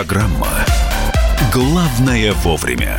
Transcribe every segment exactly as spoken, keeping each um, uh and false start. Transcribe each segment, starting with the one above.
Программа «Главное вовремя».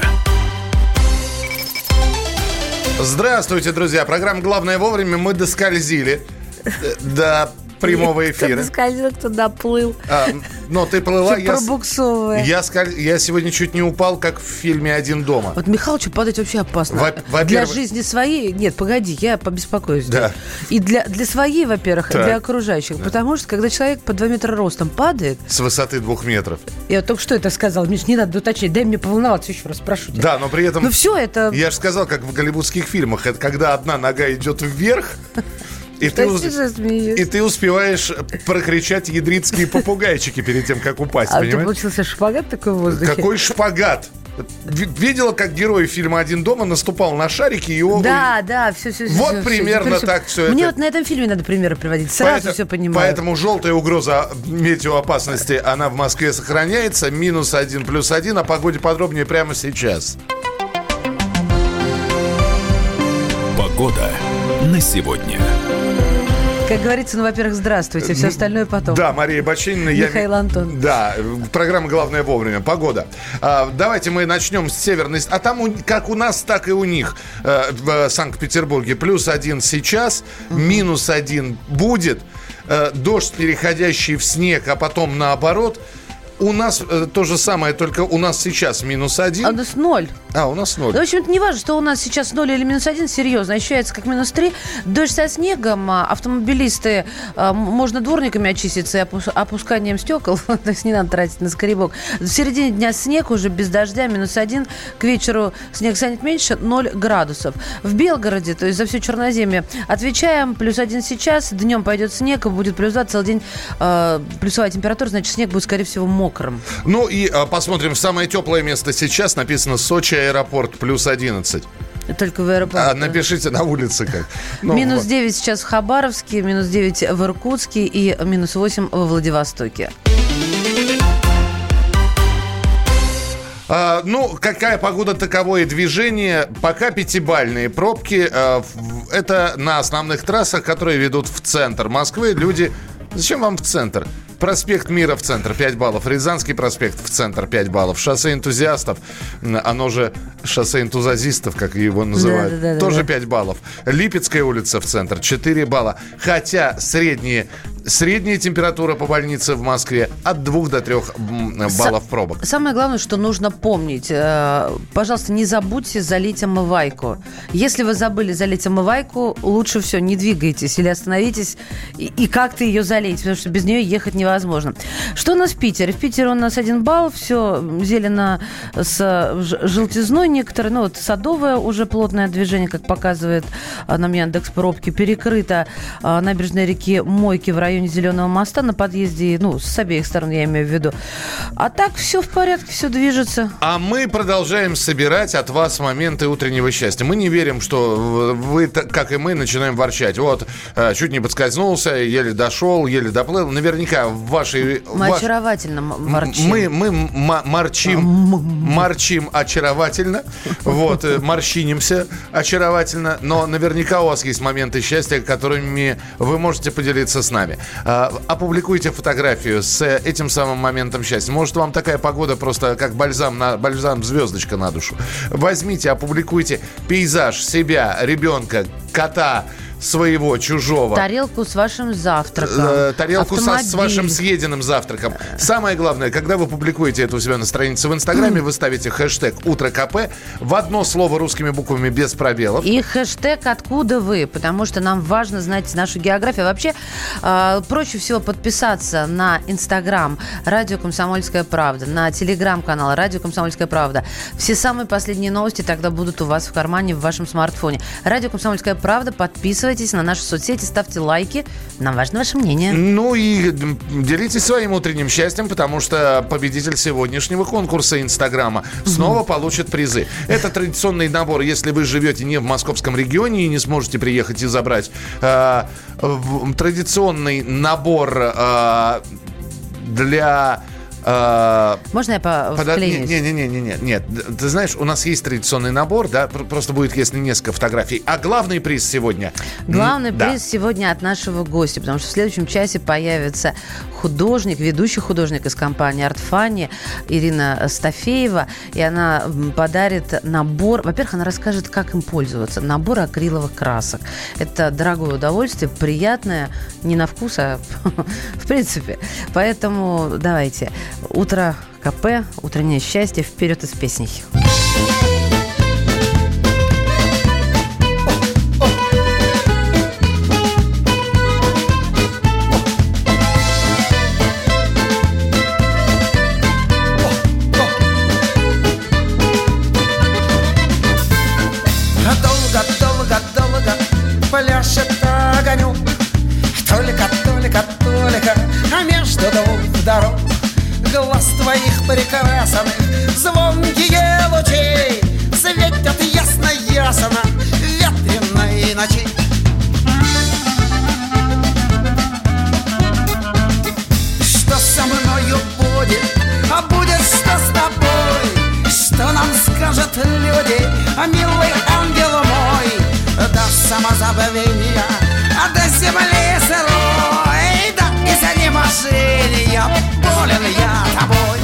Здравствуйте, друзья. Программа «Главное вовремя». Мы доскользили до прямого эфира. Кто доскользил, кто доплыл. А, но ты плыла, я, пробуксовывая. Я, сколь... я сегодня чуть не упал, как в фильме «Один дома». Вот Михалычу падать вообще опасно. Во- во-первых... Для жизни своей... Нет, погоди, я побеспокоюсь. Да. И для, для своей, во-первых, так. и для окружающих. Да. Потому что, когда человек по два метра ростом падает... С высоты двух метров. Я только что это сказал. Миш, не надо уточнять. Дай мне поволноваться еще раз, прошу тебя. Да, но при этом... Ну все это... Я же сказал, как в голливудских фильмах. Это когда одна нога идет вверх... И ты, и ты успеваешь прокричать ядритские попугайчики перед тем, как упасть, а понимаешь? А получился шпагат такой в воздухе? Какой шпагат? Видела, как герой фильма «Один дома» наступал на шарики и его... Да, да, все, все, все. Вот все, примерно все. так все Мне это. вот на этом фильме надо примеры приводить. Сразу Поэтому, все понимаю. Поэтому желтая угроза метеоопасности, она в Москве сохраняется. Минус один, плюс один. О погоде подробнее прямо сейчас. Погода на сегодня. Как говорится, ну, во-первых, здравствуйте, все остальное потом. Да, Мария Бачинина. Михаил я... Антон. Да, программа «Главное вовремя». Погода. А, давайте мы начнем с северной... А там у... как у нас, так и у них а, в Санкт-Петербурге. Плюс один сейчас, угу. минус один будет. А, дождь, переходящий в снег, а потом наоборот. У нас э, то же самое, только у нас сейчас минус один. А у нас ноль. А, у нас ноль. В общем, это не важно, что у нас сейчас ноль или минус один, серьезно, ощущается как минус три. Дождь со снегом, автомобилисты, можно дворниками очиститься и опусканием стекол, то есть не надо тратить на скребок. В середине дня снег уже без дождя, минус один, к вечеру снег станет меньше, ноль градусов. В Белгороде, то есть за все Черноземье, отвечаем, плюс один сейчас, днем пойдет снег, будет плюс два, целый день э, плюсовая температура, значит, снег будет, скорее всего, мокрый. Мокрым. Ну и а, посмотрим, самое теплое место сейчас написано Сочи аэропорт, плюс одиннадцать. Только в аэропорту. А, напишите на улице как. Ну, минус вот. девять сейчас в Хабаровске, минус девять в Иркутске и минус восемь во Владивостоке. А, ну, какая погода, таковое движение. Пока пятибалльные пробки. А, это на основных трассах, которые ведут в центр Москвы. Люди... Зачем вам в центр? Проспект Мира в центр, пять баллов. Рязанский проспект в центр, пять баллов. Шоссе энтузиастов, оно же шоссе энтузиастов, как его называют, да, да, да, тоже да. пять баллов. Липецкая улица в центр, четыре балла. Хотя средние, средняя температура по больнице в Москве от двух до трех баллов пробок. Самое главное, что нужно помнить. Пожалуйста, не забудьте залить омывайку. Если вы забыли залить омывайку, лучше все, не двигайтесь или остановитесь и, и как-то ее залейте, потому что без нее ехать невозможно. Невозможно. Что у нас в Питере? В Питере у нас один балл, все зелено с желтизной некоторые, ну вот садовое уже плотное движение, как показывает нам Яндекс пробки, перекрыто набережной реки Мойки в районе Зеленого моста на подъезде, ну с обеих сторон я имею в виду. А так все в порядке, все движется. А мы продолжаем собирать от вас моменты утреннего счастья. Мы не верим, что вы, как и мы, начинаем ворчать. Вот, чуть не подскользнулся, еле дошел, еле доплыл. Наверняка в вашей... Мы ваш... очаровательно ворчим. Мы, мы м- морчим, морчим очаровательно, вот, морщинимся очаровательно, но наверняка у вас есть моменты счастья, которыми вы можете поделиться с нами. А, опубликуйте фотографию с этим самым моментом счастья. Может, вам такая погода просто как бальзам, на, бальзам звездочка на душу. Возьмите, опубликуйте пейзаж себя, ребенка, кота, своего, чужого. Тарелку с вашим завтраком. Тарелку со, с вашим съеденным завтраком. Самое главное, когда вы публикуете это у себя на странице в Инстаграме, вы ставите хэштег «Утро КП» в одно слово русскими буквами без пробелов. И хэштег «Откуда вы?», потому что нам важно знать нашу географию. Вообще, э, проще всего подписаться на Инстаграм «Радио Комсомольская правда», на Телеграм-канал «Радио Комсомольская правда». Все самые последние новости тогда будут у вас в кармане, в вашем смартфоне. «Радио Комсомольская правда», подписывайтесь на наши соцсети, ставьте лайки. Нам важно ваше мнение. Ну и делитесь своим утренним счастьем, потому что победитель сегодняшнего конкурса Инстаграма снова получит призы. Это традиционный набор, если вы живете не в московском регионе и не сможете приехать и забрать. Э, традиционный набор э, для... А, Можно я по- Подо... вклинюсь? Не, не, не, не, не, нет. Ты знаешь, у нас есть традиционный набор, да, просто будет, если несколько фотографий. А главный приз сегодня? Главный да. приз сегодня от нашего гостя, потому что в следующем часе появится художник, ведущий художник из компании Art Funny Ирина Стафеева, и она подарит набор. Во-первых, она расскажет, как им пользоваться. Набор акриловых красок. Это дорогое удовольствие, приятное, не на вкус, а в принципе. Поэтому давайте. Утро КП, утреннее счастье, вперед из песней. Долго-долго-долго пляшет огонек, только-только-только, а между двух дорог глаз твоих прекрасных, звонкие лучи светят ясно-ясно ветреной ночи. Что со мною будет, а будет что с тобой? Что нам скажут люди, а милый ангел мой? До самозабвения, а до земли сырой, да из-за неможения болен я тобой.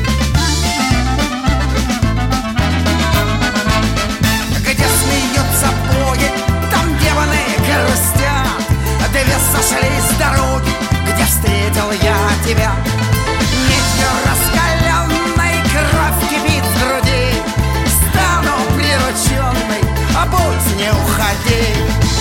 Где смеются боги, там демоны грустят. Две сошлись с дороги, где встретил я тебя. Нитью раскаленной кровь кипит в груди. Стану прирученной, а будь не уходи.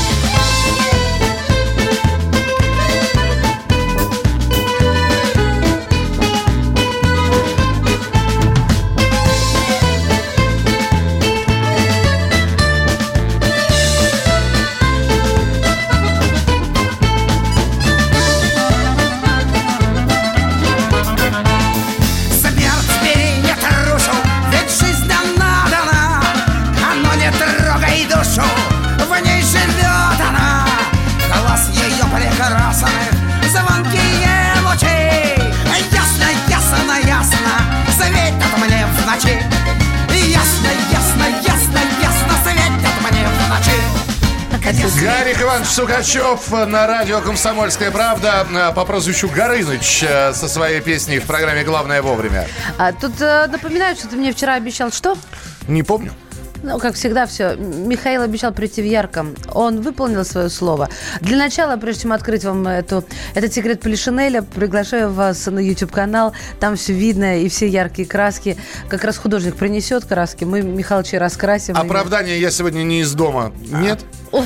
В ней живет она, глаз ее прекрасных, звонкие лучи. Ясно, ясно, ясно светят мне в ночи. Ясно, ясно, ясно, ясно светят мне в ночи. Гарик Иванович Сукачев на радио «Комсомольская правда» по прозвищу Горыныч со своей песней в программе «Главное вовремя». А тут э, напоминаю, что ты мне вчера обещал что? Не помню. Ну, как всегда, все. Михаил обещал прийти в ярком. Он выполнил свое слово. Для начала, прежде чем открыть вам эту, этот секрет Полишинеля, приглашаю вас на YouTube-канал. Там все видно и все яркие краски. Как раз художник принесет краски, мы Михалыча раскрасим. Оправдание: я сегодня не из дома. Нет? Ой,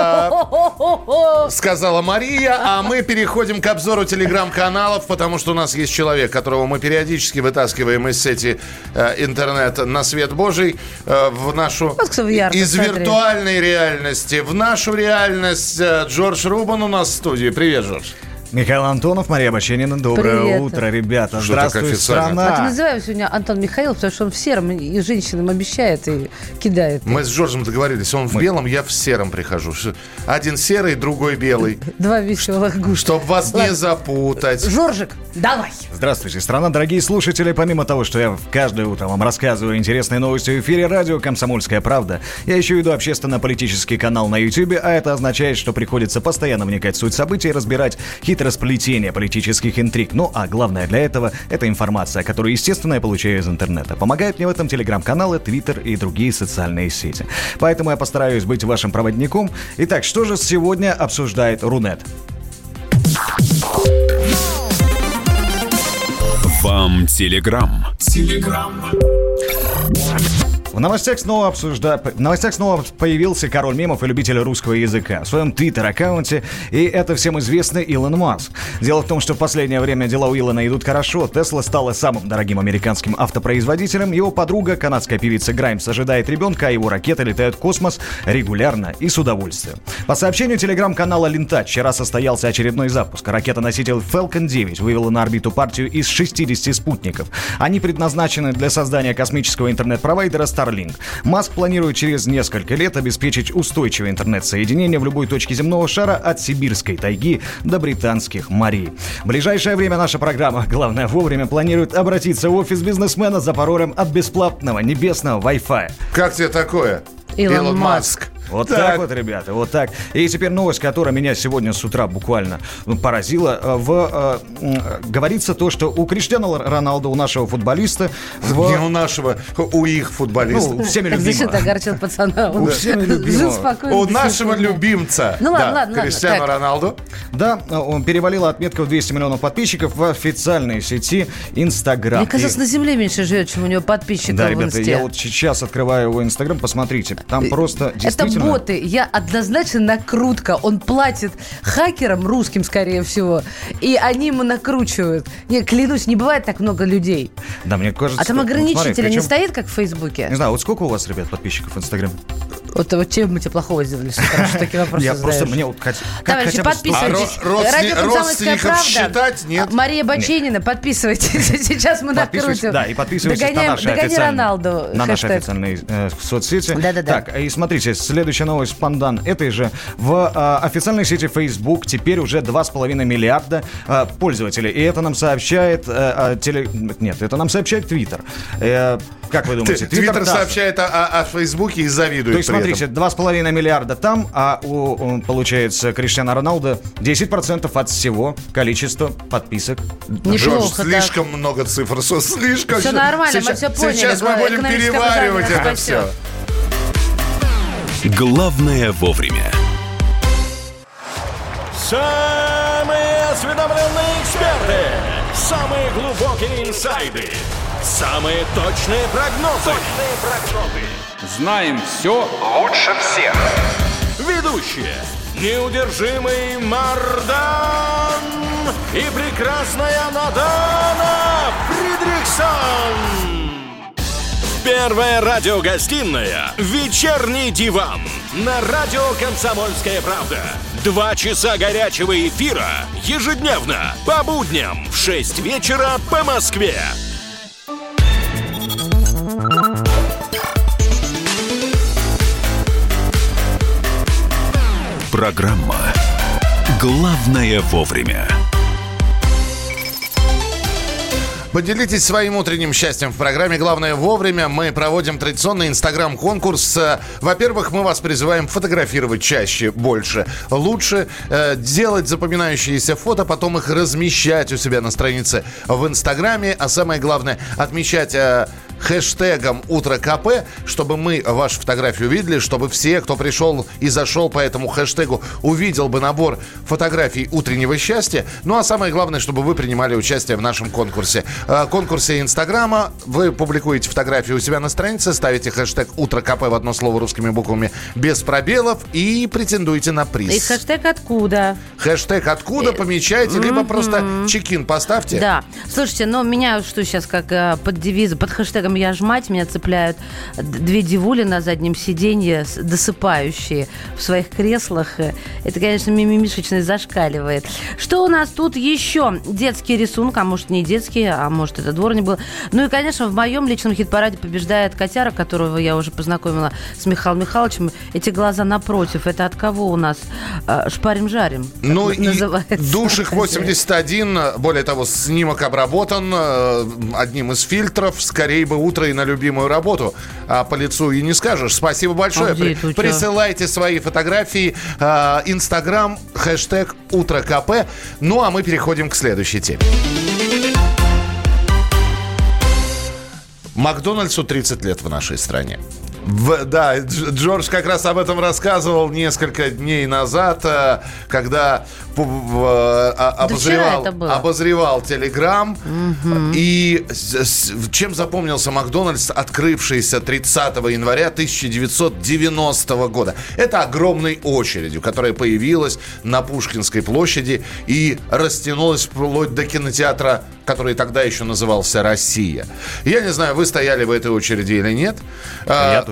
а, сказала Мария. А мы переходим к обзору телеграм-каналов, потому что у нас есть человек, которого мы периодически вытаскиваем из сети э, интернета на свет Божий, э, в нашу ярко, из смотри. виртуальной реальности в нашу реальность. Джордж Рубан у нас в студии. Привет, Джордж. Михаил Антонов, Мария Баченина. Доброе Привет. утро, ребята. Что Здравствуй, так официально? страна. А ты называешь сегодня Антон Михаил, потому что он в сером и женщинам обещает и кидает. Мы с Джорджем договорились, он в мы... белом, я в сером прихожу. Один серый, другой белый. Два веселых гуся. Чтоб вас Ладно. не запутать. Жоржик, давай. Здравствуйте, страна, дорогие слушатели. Помимо того, что я каждое утро вам рассказываю интересные новости в эфире радио «Комсомольская правда», я еще веду общественно-политический канал на YouTube, а это означает, что приходится постоянно вникать в суть событий и разбирать хитросплетения политических интриг. Ну, а главное для этого – это информация, которую, естественно, я получаю из интернета. Помогают мне в этом телеграм-каналы, твиттер и другие социальные сети. Поэтому я постараюсь быть вашим проводником. Итак, что же сегодня обсуждает Рунет? Вам телеграм. Телеграм. В новостях снова обсужда... В новостях снова появился король мемов и любитель русского языка в своем твиттер-аккаунте, и это всем известный Илон Маск. Дело в том, что в последнее время дела у Илона идут хорошо. Тесла стала самым дорогим американским автопроизводителем. Его подруга, канадская певица Граймс, ожидает ребенка, а его ракеты летают в космос регулярно и с удовольствием. По сообщению телеграм-канала Лентач, вчера состоялся очередной запуск. Ракета-носитель Falcon девять вывела на орбиту партию из шестидесяти спутников. Они предназначены для создания космического интернет-провайдера Starlink Starlink. Маск планирует через несколько лет обеспечить устойчивое интернет-соединение в любой точке земного шара от сибирской тайги до британских морей. В ближайшее время наша программа «Главное вовремя» планирует обратиться в офис бизнесмена за паролем от бесплатного небесного Wi-Fi. Как тебе такое? Илон Илон Маск. Маск. Вот так. так вот, ребята, вот так. И теперь новость, которая меня сегодня с утра буквально поразила. В, э, говорится то, что у Криштиану Роналду, у нашего футболиста... В... Не у нашего, у их футболиста. Ну, всеми Так любимого. зачем ты огорчил пацана? Он У всеми любимого. жил спокойно. У без нашего ничего. любимца. Ну ладно, да, ладно, Криштиану ладно. Роналду. Да, он перевалила отметка в двести миллионов подписчиков в официальной сети Инстаграм. Мне кажется, И- на земле меньше живет, чем у него подписчиков Да, в ребята, инсте. я вот сейчас открываю его Инстаграм, посмотрите. Там просто Это действительно... боты. Я однозначно накрутка. Он платит хакерам, русским, скорее всего, и они ему накручивают. Не, клянусь, не бывает так много людей. Да, мне кажется... А там вот смотри, ограничители не причем- стоит, как в Фейсбуке? Не знаю, вот сколько у вас, ребят, подписчиков в Инстаграме? Вот, вот чем мы тебе плохого сделали, что хорошо такие вопросы Я задаешь? просто, мне вот хот- как Товарищи, хотя бы подписывайтесь. А ро- родствен- Радио «Комсомольская родственников правда». считать? Нет. Мария Баченина, подписывайтесь. Сейчас мы Подписывайтесь, накрутим. да, и подписывайтесь Догоняем- на наши Догони официальные, Роналду. на наши хэштег. официальные э, соцсети. Да-да-да. Так, и смотрите, следующая новость, пандан, этой же. В э, официальной сети Facebook теперь уже два с половиной миллиарда э, пользователей. И это нам сообщает э, э, теле... Нет, это нам сообщает Twitter. Э, как вы думаете? Твиттер даст. сообщает о, о- о Фейсбуке и завидует То есть, при смотрите, этом. два с половиной миллиарда там, а у, у, получается, Криштиану Роналду десять процентов от всего количества подписок. Неплохо Жорж, так. слишком много цифр. что Слишком. Всё нормально, мы сейчас, всё поняли. Сейчас мы Главное, будем экономическое переваривать образование это все. спасёт. Главное вовремя. Самые осведомленные эксперты, самые глубокие инсайды, самые точные прогнозы. Точные прогнозы. Знаем все лучше всех. Ведущие: неудержимый Мардан и прекрасная Надана Фридрихсон. Первая радиогостинная «Вечерний диван» на радио «Комсомольская правда». Два часа горячего эфира ежедневно по будням в шесть вечера по Москве. Программа «Главное вовремя». Поделитесь своим утренним счастьем в программе «Главное вовремя». Мы проводим традиционный инстаграм-конкурс. Во-первых, мы вас призываем фотографировать чаще, больше, лучше, э, делать запоминающиеся фото, потом их размещать у себя на странице в инстаграме. А самое главное, отмечать э, хэштегом «Утро КП», чтобы мы вашу фотографию увидели, чтобы все, кто пришел и зашел по этому хэштегу, увидел бы набор фотографий утреннего счастья. Ну а самое главное, чтобы вы принимали участие в нашем конкурсе. Конкурсе Инстаграма. Вы публикуете фотографии у себя на странице, ставите хэштег «Утро КП» в одно слово русскими буквами без пробелов и претендуете на приз. И хэштег «Откуда?». Хэштег «Откуда» помечайте, либо просто чекин поставьте. Да. Слушайте, ну меня что сейчас как э, под девизом, под хэштегом «Я ж мать» меня цепляют д- две девули на заднем сиденье, с- досыпающие в своих креслах. Э, Это, конечно, мимимишечность зашкаливает. Что у нас тут еще? Детский рисунок, а может не детский, а может это дворник был. Ну и, конечно, в моем личном хит-параде побеждает котяра, которого я уже познакомила с Михаилом Михайловичем. Эти глаза напротив. Это от кого у нас? Э, Шпарим-жарим. Ну так и называется. Душик восемьдесят один, более того, снимок обработан э, одним из фильтров. Скорее бы утро и на любимую работу. А по лицу и не скажешь. Спасибо большое. А где это у тебя? Присылайте свои фотографии. э, Инстаграм, хэштег «Утро КП». Ну а мы переходим к следующей теме. Макдональдсу тридцать лет в нашей стране. В, да, Дж- Джордж как раз об этом рассказывал несколько дней назад, э, когда пу- в, э, а- обозревал, это было. обозревал Телеграм. И с- с- чем запомнился Макдональдс, открывшийся тридцатого января тысяча девятьсот девяностого года? Это огромной очередью, которая появилась на Пушкинской площади и растянулась вплоть до кинотеатра, который тогда еще назывался «Россия». Я не знаю, вы стояли в этой очереди или нет. Я А, точно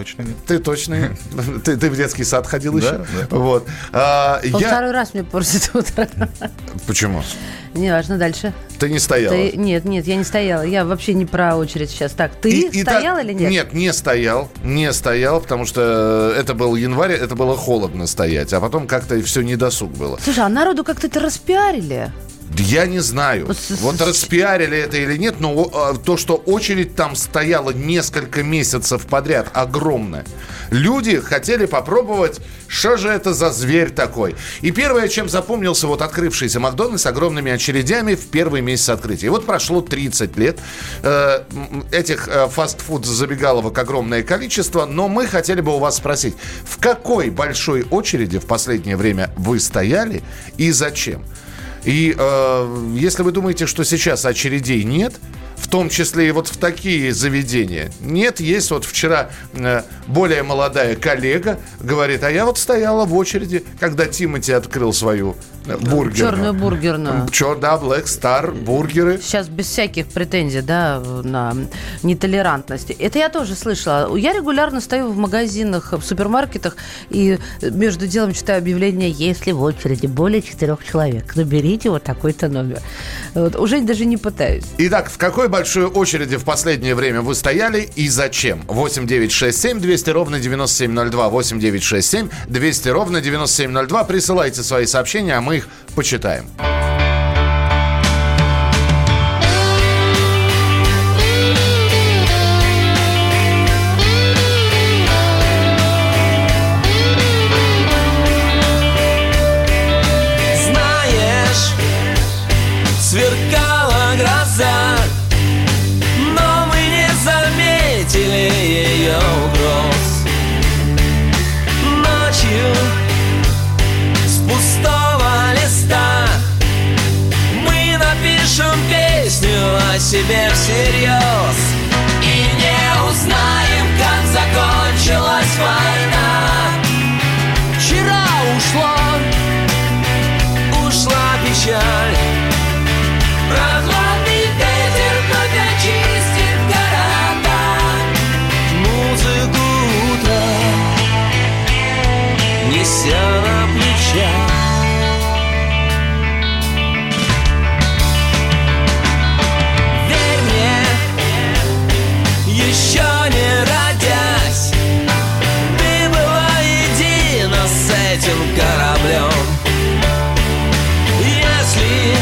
точно нет. Ты точно нет? Ты, ты в детский сад ходил еще? Да, да. Вот. А, Он я... второй раз мне портит утро. Почему? Неважно, дальше. Ты не стояла? Ты... Нет, нет, я не стояла. Я вообще не про очередь сейчас. Так, ты И- и стоял так- или нет? Нет, не стоял. Не стоял, потому что это был январь, это было холодно стоять. А потом как-то все недосуг было. Слушай, а народу как-то это распиарили. Я не знаю, С- с- вот распиарили это или нет, но э, то, что очередь там стояла несколько месяцев подряд, огромная. Люди хотели попробовать, что же это за зверь такой. И первое, чем запомнился вот открывшийся Макдональдс с огромными очередями в первый месяц открытия. И вот прошло тридцать лет, э, этих э, фастфуд-забегаловок огромное количество, но мы хотели бы у вас спросить, в какой большой очереди в последнее время вы стояли и зачем? И э, если вы думаете, что сейчас очередей нет, в том числе и вот в такие заведения, нет, есть вот вчера э, более молодая коллега, говорит, а я вот стояла в очереди, когда Тимати открыл свою э, бургерную. Черную бургерную. Чер, да, Black Star, бургеры. Сейчас без всяких претензий, да, на нетолерантность. Это я тоже слышала. Я регулярно стою в магазинах, в супермаркетах и между делом читаю объявление, если в очереди более четырех человек, наберите вот такой-то номер. Вот. Уже даже не пытаюсь. Итак, в какой большой очереди в последнее время вы стояли и зачем? восемь девятьсот шестьдесят семь двести ровно девяносто семь ноль два. восемь девятьсот шестьдесят семь двести ровно девяносто семь ноль два. Присылайте свои сообщения, а мы их почитаем. Знаешь, сверкала гроза, но мы не заметили ее угроз. Ночью с пустого листа мы напишем песню о себе всерьез и не узнаем, как закончилась война. Вчера ушло, ушла печаль. Прохладный ветер вновь очистит города. Музыку утра неся на плечах. Верь мне, еще не родясь, ты была едина с этим кораблем. Если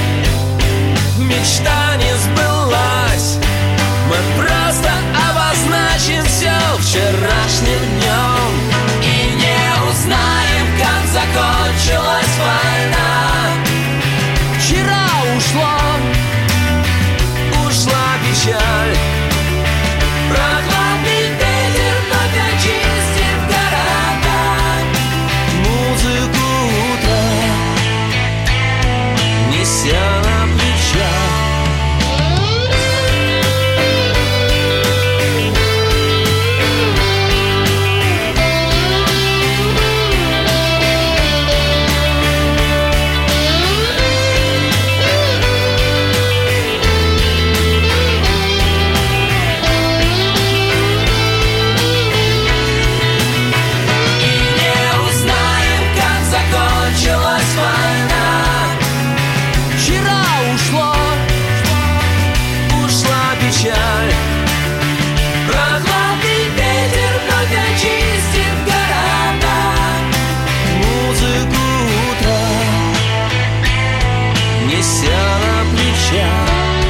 мечта не сбылась, мы просто обозначим все вчерашним днем и не узнаем, как закончилась война. Вчера ушло, ушла печаль. Прохладный ветер вновь очистит города. Музыку утра неся на плечах. И не узнаем, как закончилась война. Вчера ушло, ушла печаль. Прохладный ветер вновь очистит города. Музыку утра неся на плечах.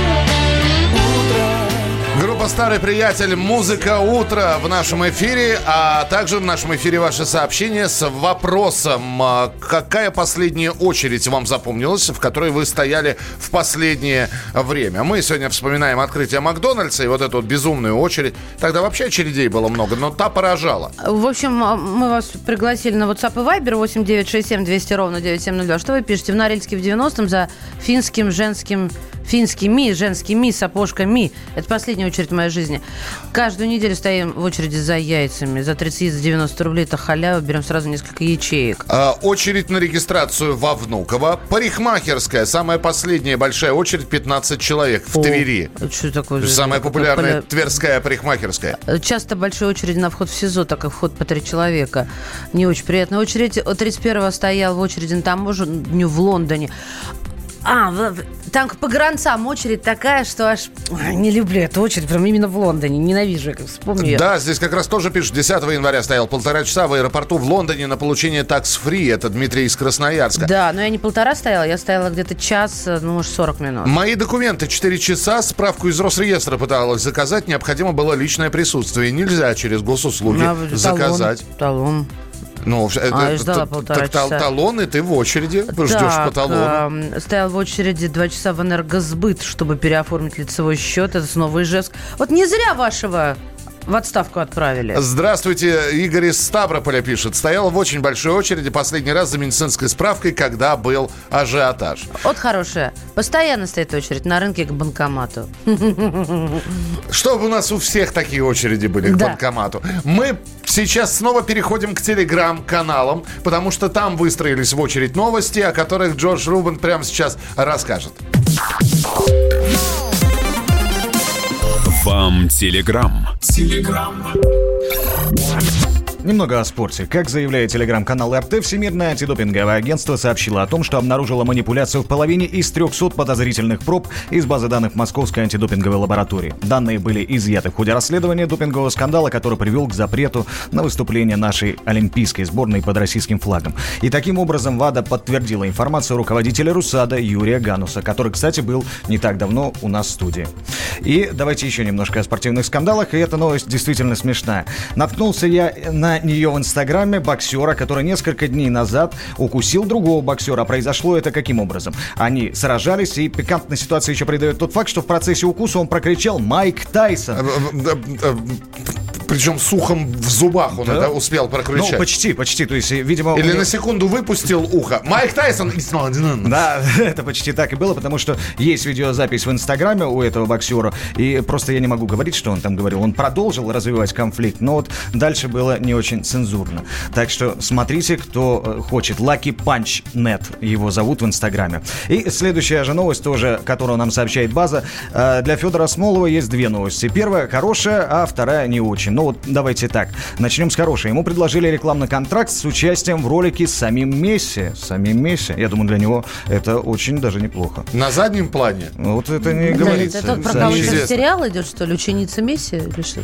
Утро. Группа «Старый приятель», музыка «Утро» в нашем эфире, а также в нашем эфире ваши сообщения с вопросом, а, какая последняя очередь вам запомнилась, в которой вы стояли в последнее время. Мы сегодня вспоминаем открытие Макдональдса и вот эту вот безумную очередь. Тогда вообще очередей было много, но та поражала. В общем, мы вас пригласили на WhatsApp и Viber восемь девятьсот шестьдесят семь двести ровно девяносто семь ноль два. Что вы пишете? В Норильске в девяностом за финским женским Финский Ми, женский Ми, сапожка Ми. Это последняя очередь в моей жизни. Каждую неделю стоим в очереди за яйцами. За тридцать яиц, за девяносто рублей. Это халява. Берем сразу несколько ячеек. А, очередь на регистрацию во Внуково. Парикмахерская. Самая последняя большая очередь. пятнадцать человек в О, Твери. Это что такое? Самая популярная Поля- тверская парикмахерская. Часто большой очереди на вход в СИЗО, так и вход по три человека. Не очень приятная очередь. От тридцать первого стоял в очереди на таможню в Лондоне. А, в- там по гранцам очередь такая, что аж... Ой, не люблю эту очередь, прям именно в Лондоне. Ненавижу, я как вспомню ее. Да, здесь как раз тоже пишут. десятого января стоял полтора часа в аэропорту в Лондоне на получение такс-фри. Это Дмитрий из Красноярска. Да, но я не полтора стояла, я стояла где-то час, ну, может, сорок минут. Мои документы четыре часа. Справку из Росреестра пыталась заказать. Необходимо было личное присутствие. Нельзя через госуслуги А, талон, заказать. Талон. Ну, А, я ждала полтора так тал- часа. талон, и ты в очереди ждешь по Так, талону. э, стоял в очереди два часа в Энергосбыт, чтобы переоформить лицевой счет. Это снова Ижевск. Вот не зря вашего в отставку отправили. Здравствуйте, Игорь из Ставрополя пишет. Стоял в очень большой очереди последний раз за медицинской справкой, когда был ажиотаж. Вот хорошая. Постоянно стоит очередь на рынке к банкомату. Чтобы у нас у всех такие очереди были к Да. банкомату. Мы сейчас снова переходим к телеграм-каналам, потому что там выстроились в очередь новости, о которых Джордж Рубен прямо сейчас расскажет. Вам телеграм. Немного о спорте. Как заявляет телеграм-канал эр тэ, Всемирное антидопинговое агентство сообщило о том, что обнаружило манипуляцию в половине из трехсот подозрительных проб из базы данных Московской антидопинговой лаборатории. Данные были изъяты в ходе расследования допингового скандала, который привел к запрету на выступление нашей олимпийской сборной под российским флагом. И таким образом ВАДА подтвердила информацию руководителя РУСАДА Юрия Гануса, который, кстати, был не так давно у нас в студии. И давайте еще немножко о спортивных скандалах, и эта новость действительно смешная. Наткнулся я на нее в Инстаграме боксера, который несколько дней назад укусил другого боксера. Произошло это каким образом? Они сражались, и пикантной ситуации еще придает тот факт, что в процессе укуса он прокричал «Майк Тайсон». Причем с ухом в зубах он Да? это успел прокричать. Ну, почти, почти. То есть, видимо... Или у него- на секунду выпустил ухо. Майк Тайсон! Да, это почти так и было, потому что есть видеозапись в Инстаграме у этого боксера, и просто я не могу говорить, что он там говорил. Он продолжил развивать конфликт, но вот дальше было не очень цензурно. Так что смотрите, кто э, хочет. Lucky Punch точка нет его зовут в Инстаграме. И следующая же новость тоже, которую нам сообщает база. Э, Для Федора Смолова есть две новости. Первая хорошая, а вторая не очень. Ну вот давайте так. Начнем с хорошей. Ему предложили рекламный контракт с участием в ролике с самим Месси. С самим Месси. Я думаю, для него это очень даже неплохо. На заднем плане. Вот это не Да, говорится. это про Сам кого Месси. сейчас сериал идет, что ли? Ученица Месси или что?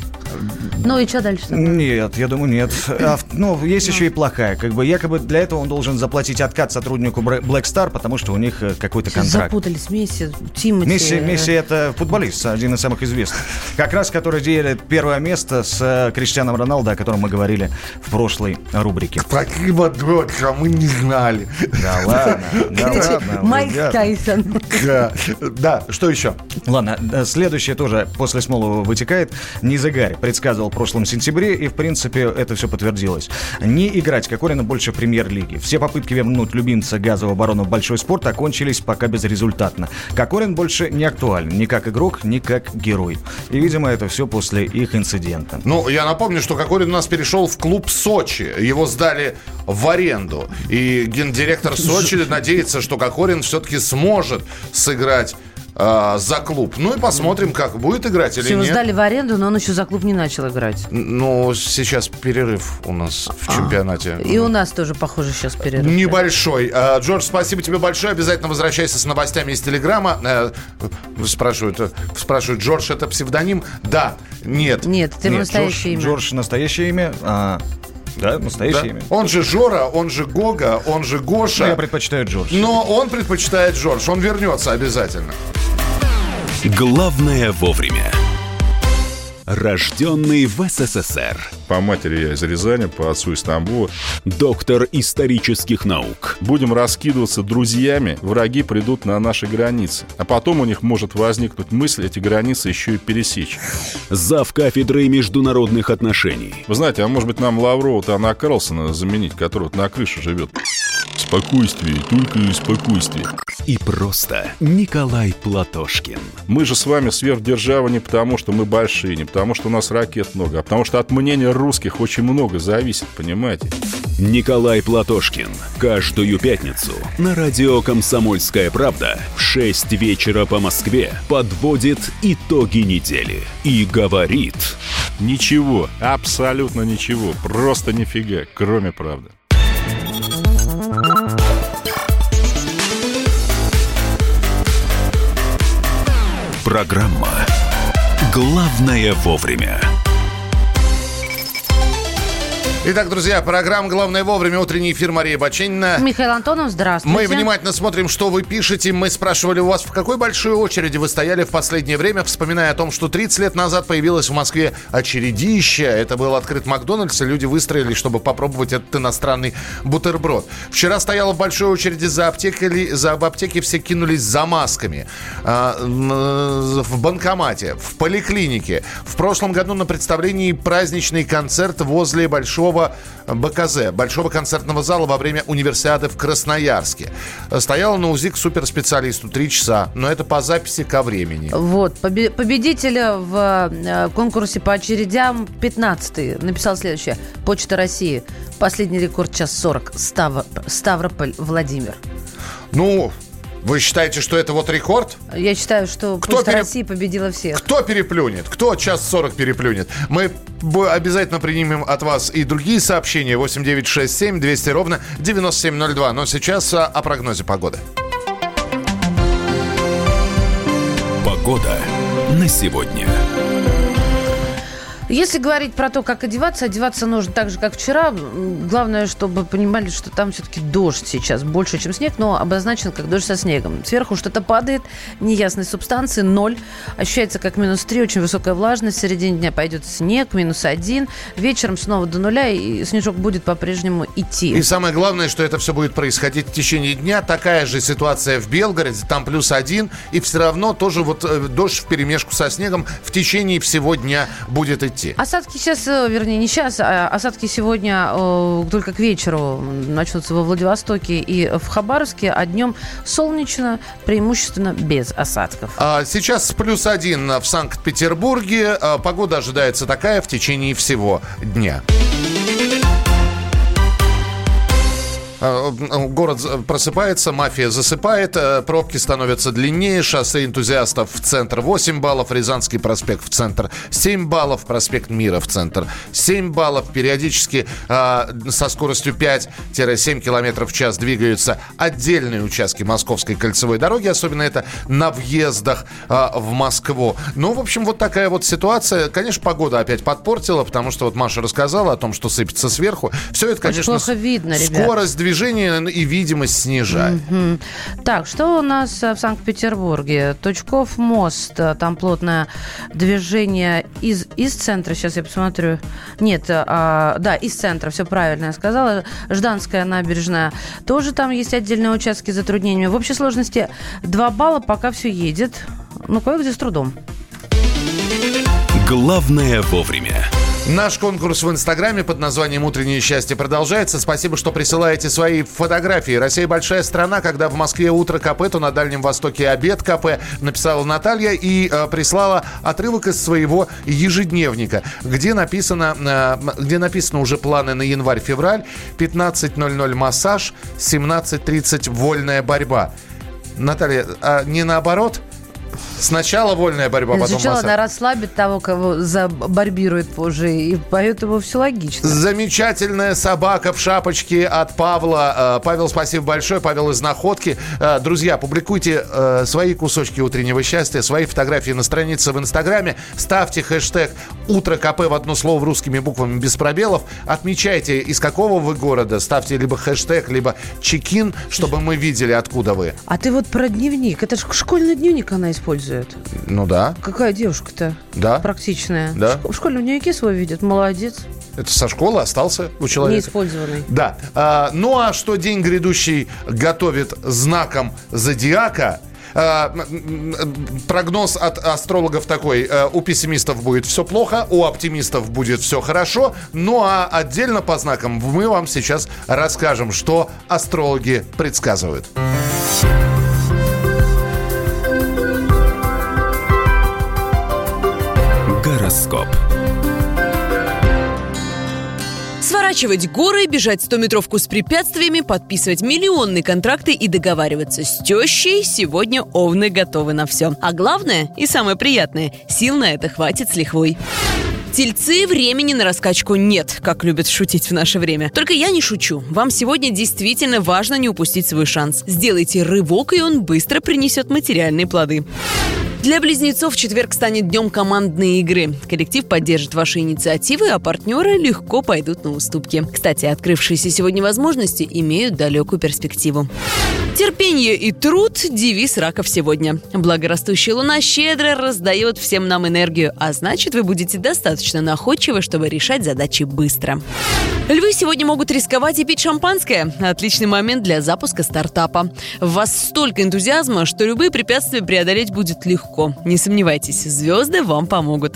Ну и что дальше? Нет, я думаю, нет. А, в- ну, есть еще и плохая. Как бы якобы для этого он должен заплатить откат сотруднику Бр- Black Star, потому что у них э, какой-то Сейчас контракт. запутались Месси, Тимати. Месси, Месси это футболист, один из самых известных. Как раз который делит первое место с э, Криштианом Роналдо, о котором мы говорили в прошлой рубрике. Такого дочка мы не знали. Да ладно, да ладно. Майк ребята. Тайсон. Да. Да, что еще? Ладно, э, следующее тоже после Смолова вытекает. Низагарь предсказывал в прошлом сентябре, и, в принципе, это все подтвердилось. Не играть Кокорина больше в премьер-лиге. Все попытки вернуть любимца газового барона в большой спорт окончились пока безрезультатно. Кокорин больше не актуален ни как игрок, ни как герой. И, видимо, это все после их инцидента. Ну, я напомню, что Кокорин у нас перешел в клуб Сочи. Его сдали в аренду. И гендиректор Сочи надеется, что Кокорин все-таки сможет сыграть э, за клуб. Ну и посмотрим, как будет играть или Его нет. сдали в аренду, но он еще за клуб не начал играть. Ну, сейчас перерыв у нас в чемпионате. И у нас тоже, похоже, сейчас перерыв. Небольшой. А, Джордж, спасибо тебе большое. Обязательно возвращайся с новостями из Телеграма. Э, Спрашивают, э, спрашивают, Джордж это псевдоним? Да. Нет. Нет, это его Нет, настоящее Джордж, имя. Джордж настоящее имя. а, да, настоящее Да. имя. Он же Жора, он же Гога, он же Гоша. Но я предпочитаю Джордж. Но он предпочитает Джордж. Он вернется обязательно. Главное вовремя. Рожденный в СССР. По матери я из Рязани, по отцу из Тамбова. Доктор исторических наук. Будем раскидываться друзьями, враги придут на наши границы. А потом у них может возникнуть мысль эти границы еще и пересечь. Зав. Кафедрой международных отношений. Вы знаете, а может быть нам Лаврова-то Анна Карлсона заменить, который вот на крыше живет? Спокойствие, только спокойствие. И просто Николай Платошкин. Мы же с вами сверхдержава не потому, что мы большие, не потому, что у нас ракет много, а потому что от мнения русских очень много зависит, понимаете? Николай Платошкин. Каждую пятницу на радио «Комсомольская правда» в шесть вечера по Москве подводит итоги недели и говорит: ничего, абсолютно ничего, просто нифига, кроме правды. Программа «Главное вовремя». Итак, друзья, программа «Главное вовремя». Утренний эфир, Мария Баченина. Михаил Антонов, здравствуйте. Мы внимательно смотрим, что вы пишете. Мы спрашивали у вас, в какой большой очереди вы стояли в последнее время, вспоминая о том, что тридцать лет назад появилось в Москве очередище. Это был открыт Макдональдс, и люди выстроились, чтобы попробовать этот иностранный бутерброд. Вчера стояла в большой очереди за аптекой, за об аптеке все кинулись за масками. В банкомате, в поликлинике. В прошлом году на представлении праздничный концерт возле большого БКЗ, Большого концертного зала во время универсиады в Красноярске. Стояла на УЗИ к суперспециалисту три часа, но это по записи ко времени. Вот, победителя в конкурсе по очередям пятнадцатый написал следующее. Почта России. Последний рекорд час сорок. Ставр... Ставрополь, Владимир. Ну... Вы считаете, что это вот рекорд? Я считаю, что Кто Почта пере... России победила всех. Кто переплюнет? Кто час сорок переплюнет? Мы обязательно принимем от вас и другие сообщения. восемь девятьсот шестьдесят семь двести ровно девяносто семь ноль два. Но сейчас о прогнозе погоды. Погода на сегодня. Если говорить про то, как одеваться, одеваться нужно так же, как вчера. Главное, чтобы понимали, что там все-таки дождь сейчас больше, чем снег, но обозначен как дождь со снегом. Сверху что-то падает, неясной субстанции, ноль. Ощущается как минус три, очень высокая влажность. В середине дня пойдет снег, минус один. Вечером снова до нуля, и снежок будет по-прежнему идти. И самое главное, что это все будет происходить в течение дня. Такая же ситуация в Белгороде, там плюс один, и все равно тоже вот дождь вперемешку со снегом в течение всего дня будет идти. Осадки сейчас, вернее, не сейчас, а осадки сегодня э, только к вечеру начнутся во Владивостоке и в Хабаровске, а днем солнечно, преимущественно без осадков. А сейчас плюс один в Санкт-Петербурге. А погода ожидается такая в течение всего дня. Город просыпается, мафия засыпает, пробки становятся длиннее, шоссе энтузиастов в центр восемь баллов, Рязанский проспект в центр семь баллов, проспект Мира в центр семь баллов, периодически э, со скоростью пять-семь километров в час двигаются отдельные участки Московской кольцевой дороги, особенно это на въездах э, в Москву. Ну, в общем, вот такая вот ситуация. Конечно, погода опять подпортила, потому что вот Маша рассказала о том, что сыпется сверху. Все это, конечно, очень плохо видно, ребят. Скорость движения движение и видимость снижает. Mm-hmm. Так, что у нас в Санкт-Петербурге? Точков мост. Там плотное движение из, из центра. Сейчас я посмотрю. Нет, а, да, из центра. Все правильно я сказала. Жданская набережная. Тоже там есть отдельные участки с затруднениями. В общей сложности два балла, пока все едет. Ну, кое-где с трудом. Главное вовремя. Наш конкурс в Инстаграме под названием «Утреннее счастье» продолжается. Спасибо, что присылаете свои фотографии. Россия большая страна. Когда в Москве утро КП, то на Дальнем Востоке обед КП. Написала Наталья и э, прислала отрывок из своего ежедневника, где написано, э, где написано уже планы на январь-февраль. пятнадцать ноль ноль массаж, семнадцать тридцать вольная борьба. Наталья, а не наоборот? Сначала вольная борьба, потом Сначала массаж. она расслабит того, кого забарбирует позже, и поэтому все логично. Замечательная собака в шапочке от Павла. Павел, спасибо большое. Павел из Находки. Друзья, публикуйте свои кусочки утреннего счастья, свои фотографии на странице в Инстаграме. Ставьте хэштег «Утро КП» в одно слово русскими буквами без пробелов. Отмечайте, из какого вы города. Ставьте либо хэштег, либо чекин, чтобы мы видели, откуда вы. А ты вот про дневник. Это же школьный дневник она использует. Ну да. Какая девушка-то? Да. Практичная. Да. В школьном дневнике свой видит. Молодец. Это со школы остался у человека. Неиспользованный. Да. А, ну а что день грядущий готовит знаком зодиака? А, прогноз от астрологов такой: у пессимистов будет все плохо, у оптимистов будет все хорошо. Ну а отдельно по знакам мы вам сейчас расскажем, что астрологи предсказывают. Гороскоп. Сворачивать горы, бежать стометровку с препятствиями, подписывать миллионные контракты и договариваться с тещей — сегодня овны готовы на все. А главное и самое приятное — сил на это хватит с лихвой. Тельцы, времени на раскачку нет, как любят шутить в наше время. Только я не шучу. Вам сегодня действительно важно не упустить свой шанс. Сделайте рывок, и он быстро принесет материальные плоды. Для близнецов четверг станет днем командной игры. Коллектив поддержит ваши инициативы, а партнеры легко пойдут на уступки. Кстати, открывшиеся сегодня возможности имеют далекую перспективу. Терпение и труд – девиз раков сегодня. Благорастущая луна щедро раздает всем нам энергию, а значит, вы будете достаточно находчивы, чтобы решать задачи быстро. Львы сегодня могут рисковать и пить шампанское. Отличный момент для запуска стартапа. В вас столько энтузиазма, что любые препятствия преодолеть будет легко. Не сомневайтесь, звезды вам помогут.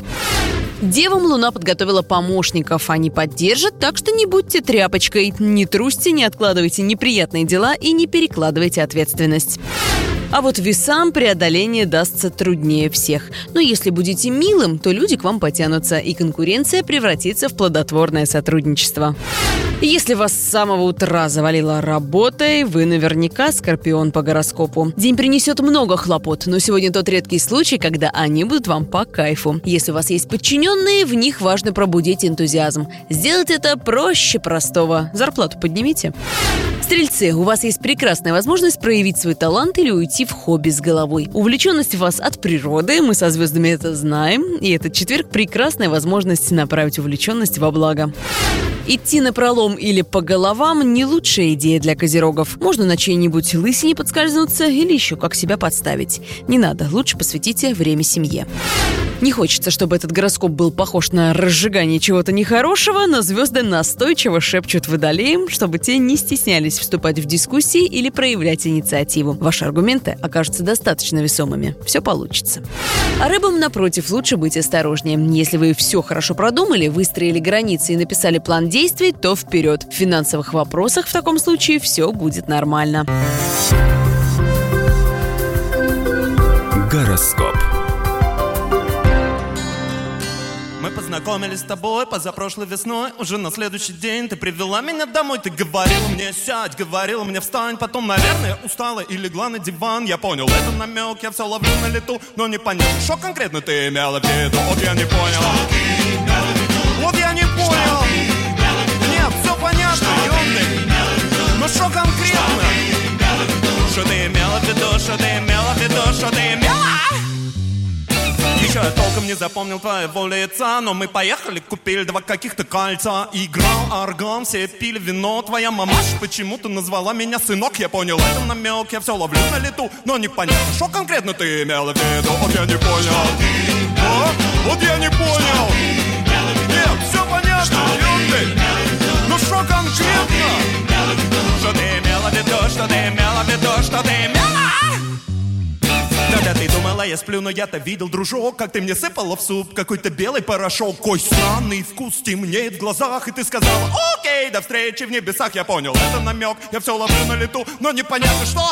Девам Луна подготовила помощников. Они поддержат, так что не будьте тряпочкой. Не трусьте, не откладывайте неприятные дела и не перекладывайте ответственность. А вот весам преодоление дастся труднее всех. Но если будете милым, то люди к вам потянутся, и конкуренция превратится в плодотворное сотрудничество. Если вас с самого утра завалило работой, вы наверняка скорпион по гороскопу. День принесет много хлопот, но сегодня тот редкий случай, когда они будут вам по кайфу. Если у вас есть подчиненные, в них важно пробудить энтузиазм. Сделать это проще простого. Зарплату поднимите. Стрельцы, у вас есть прекрасная возможность проявить свой талант или уйти в хобби с головой. Увлеченность в вас от природы, мы со звездами это знаем, и этот четверг – прекрасная возможность направить увлеченность во благо. Идти напролом или по головам – не лучшая идея для козерогов. Можно на чьей-нибудь лысине подскользнуться или еще как себя подставить. Не надо, лучше посвятите время семье. Не хочется, чтобы этот гороскоп был похож на разжигание чего-то нехорошего, но звезды настойчиво шепчут водолеям, чтобы те не стеснялись вступать в дискуссии или проявлять инициативу. Ваши аргументы окажутся достаточно весомыми. Все получится. А рыбам, напротив, лучше быть осторожнее. Если вы все хорошо продумали, выстроили границы и написали план действий, то вперед. В финансовых вопросах в таком случае все будет нормально. Гороскоп. Мы познакомились с тобой позапрошлой весной. Уже на следующий день ты привела меня домой. Ты говорила мне сядь, говорила мне встань. Потом, наверное, устала и легла на диван. Я понял, это намек, я все ловлю на лету. Но не понятно, что конкретно ты имела в виду. Вот я не понял. Вот я не понял. Нет, все понятно, умный. Но что конкретно? Что ты имела в виду, что ты имела в виду, что ты имела? Еще я толком не запомнил твоего лица, но мы поехали, купили два каких-то кольца. Играл орган, все пили вино. Твоя мамаша почему-то назвала меня сынок. Я понял, это намек, я все ловлю на лету. Но непонятно, что конкретно ты имела в виду. Вот я не понял. А? Вот я не понял. Нет, все понятно, юный. Ну что конкретно? Что ты имела в виду, что ты имела в виду, что ты имела? Когда ты думала, я сплю, но я-то видел, дружок, как ты мне сыпала в суп какой-то белый порошок. Кой странный вкус темнеет в глазах, и ты сказала: окей, до встречи в небесах. Я понял, это намек, я все ловлю на лету, но непонятно что.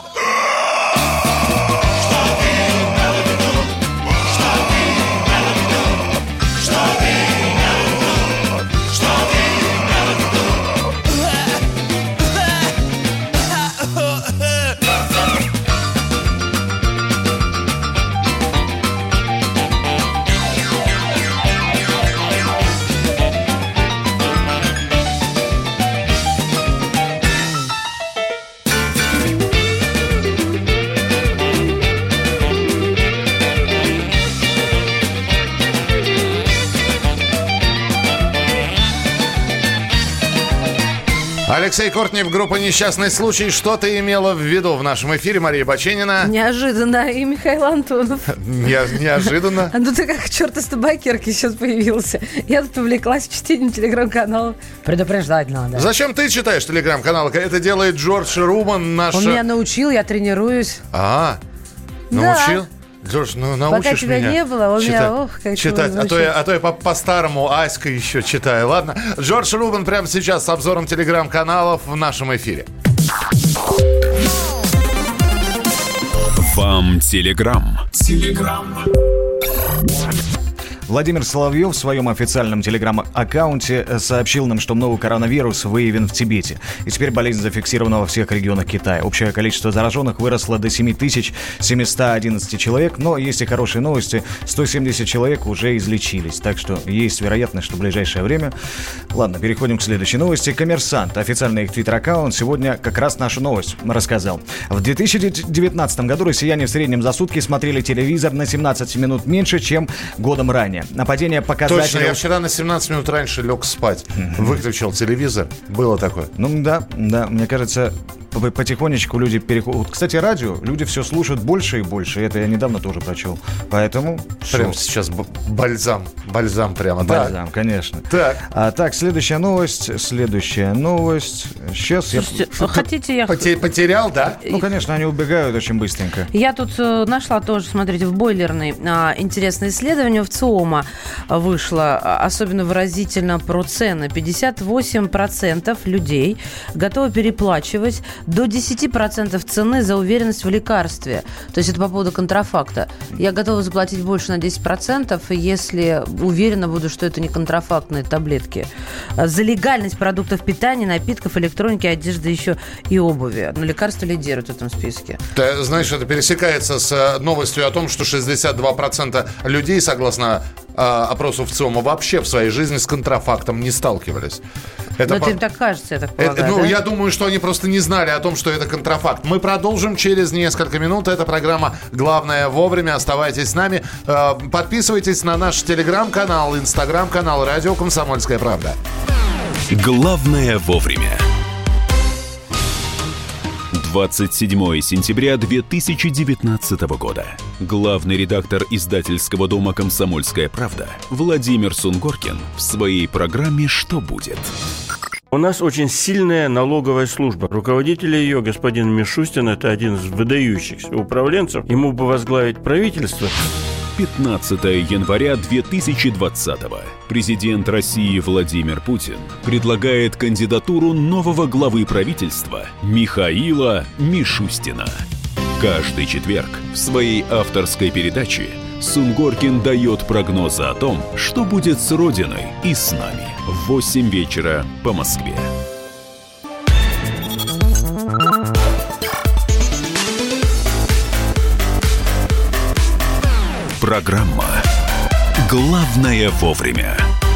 Алексей Кортнев, группа «Несчастный случай». Что ты имела в виду в нашем эфире, Мария Баченина? Неожиданно. И Михаил Антонов. Не, неожиданно? Ну ты как черт из табакерки сейчас появился. Я тут увлеклась чтением телеграм-каналов. Предупреждать надо. Зачем ты читаешь телеграм-канал? Это делает Джордж Рубан, наш... Он меня научил, я тренируюсь. А, научил? Да. Джордж, ну научишь Пока тебя меня не было, он читать, меня, ох, как читать. А то я, а то я по- по-старому Аська еще читаю. Ладно, Джордж Рубан прямо сейчас с обзором телеграм-каналов в нашем эфире. Вам телеграм. Телеграм. Владимир Соловьев в своем официальном телеграм-аккаунте сообщил нам, что новый коронавирус выявлен в Тибете. И теперь болезнь зафиксирована во всех регионах Китая. Общее количество зараженных выросло до семь тысяч семьсот одиннадцать человек. Но есть и хорошие новости. сто семьдесят человек уже излечились. Так что есть вероятность, что в ближайшее время... Ладно, переходим к следующей новости. Коммерсант, официальный их твиттер-аккаунт, сегодня как раз нашу новость рассказал. В две тысячи девятнадцатом году россияне в среднем за сутки смотрели телевизор на семнадцать минут меньше, чем годом ранее. Нападение показателей... Точно, я вчера на семнадцать минут раньше лег спать. Выключил телевизор. Было такое. Ну да, да, мне кажется, потихонечку люди переходят... Кстати, радио, люди все слушают больше и больше. Это я недавно тоже прочел. Поэтому... Прям шо? Сейчас бальзам. Бальзам прямо, да? Бальзам, конечно. Так. А, так, следующая новость. Следующая новость. Сейчас Слушайте, я... Хотите я... Потерял, да? Ну, конечно, они убегают очень быстренько. Я тут э, нашла тоже, смотрите, в бойлерной э, интересное исследование в ЦИОМа вышло, особенно выразительно про цены. пятьдесят восемь процентов людей готовы переплачивать до десять процентов цены за уверенность в лекарстве. То есть это по поводу контрафакта. Я готова заплатить больше на десять процентов, если уверена буду, что это не контрафактные таблетки. За легальность продуктов питания, напитков, электроники, одежды, еще и обуви. Но лекарства лидируют в этом списке. Ты знаешь, это пересекается с новостью о том, что шестьдесят два процента людей, согласно опросу ВЦИОМа, вообще в своей жизни с контрафактом не сталкивались. Это Но по... это им так кажется, я так полагаю, это, ну, да? я думаю, что они просто не знали о том, что это контрафакт. Мы продолжим через несколько минут. Это программа «Главное вовремя». Оставайтесь с нами. Подписывайтесь на наш телеграм-канал, инстаграм-канал «Радио Комсомольская правда». Главное вовремя. двадцать седьмого сентября две тысячи девятнадцатого года. Главный редактор издательского дома «Комсомольская правда» Владимир Сунгоркин в своей программе «Что будет?». У нас очень сильная налоговая служба. Руководитель ее, господин Мишустин, это один из выдающихся управленцев. Ему бы возглавить правительство. пятнадцатого января две тысячи двадцатого. Президент России Владимир Путин предлагает кандидатуру нового главы правительства Михаила Мишустина. Каждый четверг в своей авторской передаче Сунгоркин дает прогнозы о том, что будет с Родиной и с нами. В восемь вечера по Москве. Программа «Главное вовремя».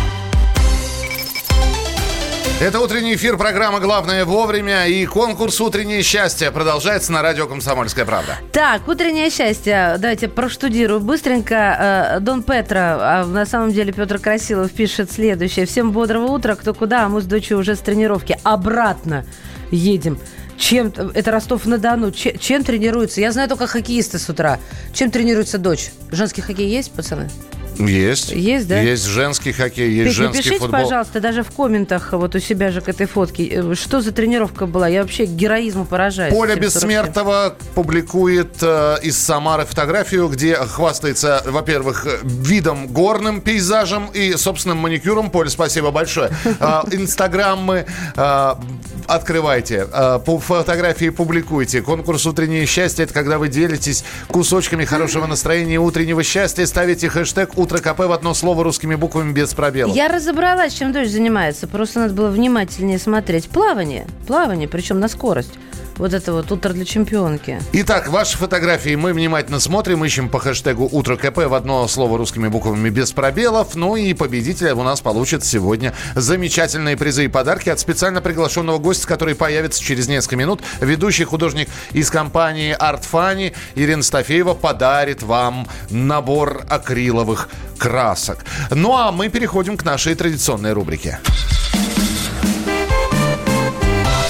Это утренний эфир, программа «Главное вовремя», и конкурс «Утреннее счастье» продолжается на радио «Комсомольская правда». Так, «Утреннее счастье». Давайте проштудирую быстренько. Дон Петро, а на самом деле Петр Красилов, пишет следующее. Всем бодрого утра, кто куда, а мы с дочерью уже с тренировки. Обратно едем. Чем, это Ростов-на-Дону. Чем, чем тренируются? Я знаю только хоккеисты с утра. Чем тренируется дочь? Женский хоккей есть, пацаны? Есть. Есть, да? Есть женский хоккей, есть Петь, женский напишите, футбол. пожалуйста, даже в комментах вот у себя же к этой фотке, что за тренировка была? Я вообще героизму поражаюсь. Поля Бессмертного публикует э, из Самары фотографию, где хвастается, во-первых, видом горным пейзажем и собственным маникюром. Поле, спасибо большое. Инстаграммы открывайте, фотографии публикуйте. Конкурс «Утреннее счастье» — это когда вы делитесь кусочками хорошего настроения и утреннего счастья, ставите хэштег «Утро КП» в одно слово русскими буквами без пробелов. Я разобралась, чем дочь занимается. Просто надо было внимательнее смотреть. Плавание. Плавание, причем на скорость. Вот это вот «Утро для чемпионки». Итак, ваши фотографии мы внимательно смотрим, ищем по хэштегу «Утро КП» в одно слово русскими буквами без пробелов. Ну и победитель у нас получит сегодня замечательные призы и подарки от специально приглашенного гостя, который появится через несколько минут. Ведущий художник из компании Art Funny Ирина Стафеева подарит вам набор акриловых красок. Ну а мы переходим к нашей традиционной рубрике.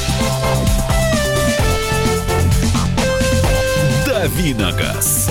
«Давиногаз».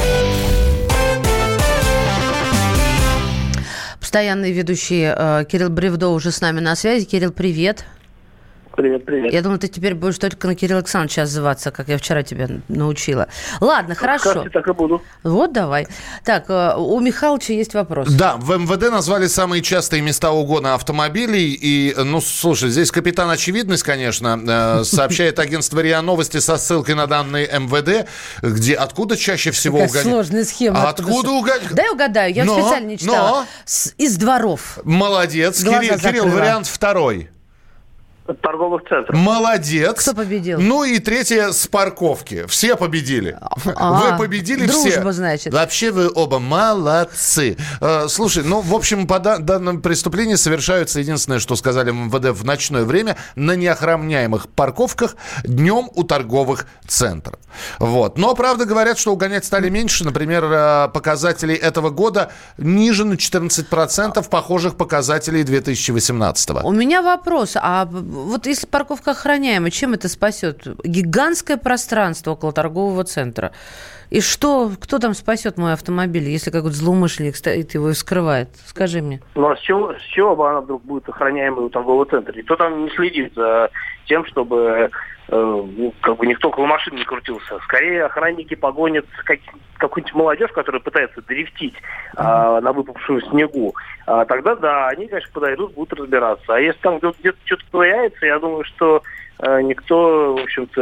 Постоянный ведущий э, Кирилл Бревдо уже с нами на связи. Кирилл, привет. Привет, привет. Я думаю, ты теперь будешь только на Кирилла Александровича отзываться, как я вчера тебя научила. Ладно, как хорошо. Скажите, так и буду. Вот, давай. Так, у Михалыча есть вопрос. Да, в МВД назвали самые частые места угона автомобилей. И, ну, слушай, здесь капитан Очевидность, конечно, сообщает агентство РИА Новости со ссылкой на данные МВД, где откуда чаще всего Такая угоняют. сложная схема. А откуда угоняют? Дай угадаю, я но, специально не читала. Но... С, из дворов. Молодец. Кирилл, Кирилл, вариант второй. Торговых центров. Молодец. Кто победил? Ну и третье с парковки. Все победили. А, вы победили дружба, все. Значит. Вообще вы оба молодцы. Э, слушай, ну, в общем, по да- данным преступлений совершаются, единственное, что сказали в МВД, в ночное время на неохраняемых парковках днем у торговых центров. Вот. Но, правда, говорят, что угонять стали меньше. Например, э, показатели этого года ниже на четырнадцать процентов похожих показателей две тысячи восемнадцатого. У меня вопрос. А вот если парковка охраняемая, чем это спасет? Гигантское пространство около торгового центра. И что, кто там спасет мой автомобиль, если какой-то злоумышленник стоит его и скрывает? Скажи мне. Ну а с чего, с чего бы она вдруг будет охраняемой у торгового центра? Никто там не следит за тем, чтобы э, как бы никто около машины не крутился. Скорее охранники погонят как, какую-нибудь молодежь, которая пытается дрифтить э, на выпавшую снегу. А тогда да, они, конечно, подойдут, будут разбираться. А если там где-то что-то ковыряется, я думаю, что э, никто, в общем-то,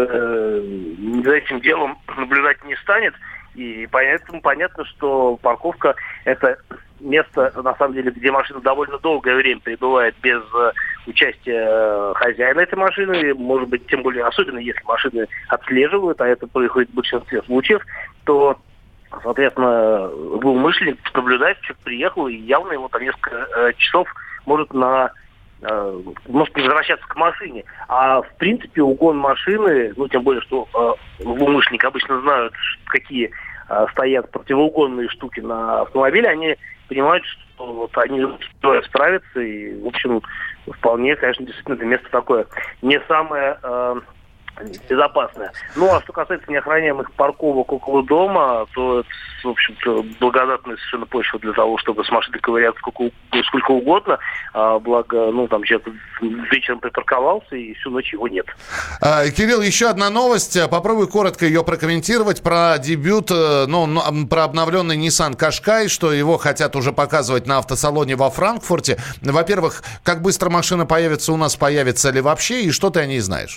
э, за этим делом наблюдать не станет. И поэтому понятно, что парковка – это место, на самом деле, где машина довольно долгое время пребывает без э, участия э, хозяина этой машины. Может быть, тем более, особенно если машины отслеживают, а это происходит в большинстве случаев, то, соответственно, злоумышленник наблюдает, человек приехал, и явно ему там несколько э, часов может на э, может не возвращаться к машине. А в принципе угон машины, ну тем более, что э, злоумышленники обычно знают, какие э, стоят противоугонные штуки на автомобиле, они понимают, что вот они успевают справиться, и, в общем, вполне, конечно, действительно, это место такое не самое э, безопасное. Ну, а что касается неохраняемых парковок около дома, то это, в общем-то, благодатная совершенно почва для того, чтобы с машиной ковыряться сколько, сколько угодно. А, благо, ну, там человек вечером припарковался, и всю ночь его нет. А, Кирилл, еще одна новость. Попробуй коротко ее прокомментировать про дебют, ну, про обновленный Nissan Qashqai, что его хотят уже показывать на автосалоне во Франкфурте. Во-первых, как быстро машина появится у нас, появится ли вообще, и что ты о ней знаешь?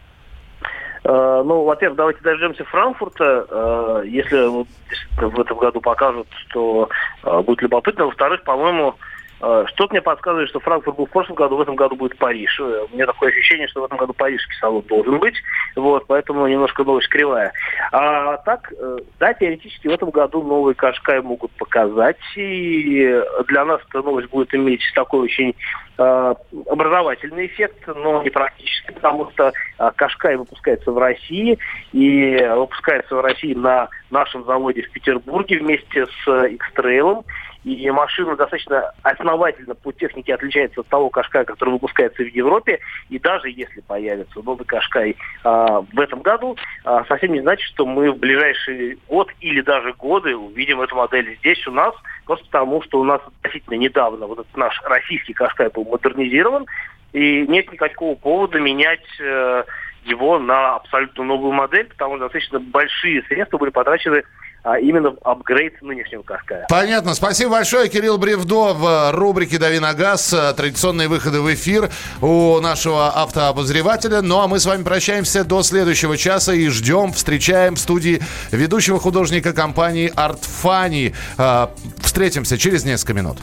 Ну, во-первых, давайте дождемся Франкфурта. Если в этом году покажут, то будет любопытно. Во-вторых, по-моему, что-то мне подсказывает, что Франкфурт был в прошлом году, в этом году будет Париж. У меня такое ощущение, что в этом году парижский салон должен быть. Вот, поэтому немножко новость кривая. А так, да, теоретически в этом году новый Qashqai могут показать. И для нас эта новость будет иметь такой очень э, образовательный эффект, но не практически, потому что э, Qashqai выпускается в России. И выпускается в России на нашем заводе в Петербурге вместе с X-Trail. И машина достаточно основательно по технике отличается от того Qashqai, который выпускается в Европе. И даже если появится новый Qashqai а, в этом году, а, совсем не значит, что мы в ближайший год или даже годы увидим эту модель здесь у нас. Просто потому, что у нас относительно недавно вот этот наш российский Qashqai был модернизирован. И нет никакого повода менять э, его на абсолютно новую модель, потому что достаточно большие средства были потрачены а именно в апгрейд нынешнего Qashqai. Понятно. Спасибо большое. Кирилл Бревдо в рубрике «Дави на газ». Традиционные выходы в эфир у нашего автообозревателя. Ну, а мы с вами прощаемся до следующего часа и ждем, встречаем в студии ведущего художника компании Art Funny. Встретимся через несколько минут.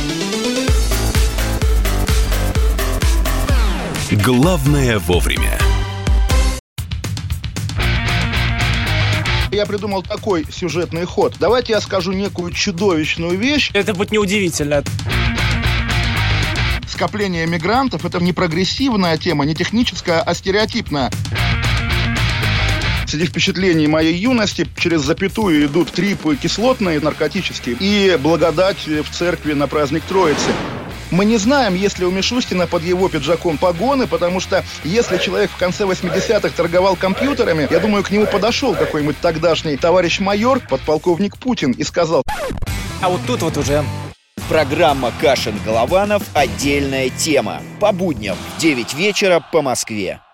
Главное вовремя. Я придумал такой сюжетный ход. Давайте я скажу некую чудовищную вещь. Это будет неудивительно. Скопление мигрантов – это не прогрессивная тема, не техническая, а стереотипная. Среди впечатлений моей юности через запятую идут трипы кислотные, наркотические, и благодать в церкви на праздник Троицы. Мы не знаем, есть ли у Мишустина под его пиджаком погоны, потому что если человек в конце восьмидесятых торговал компьютерами, я думаю, к нему подошел какой-нибудь тогдашний товарищ майор, подполковник Путин, и сказал: а вот тут вот уже... Программа Кашин-Голованов «Отдельная тема». По будням в девять вечера по Москве.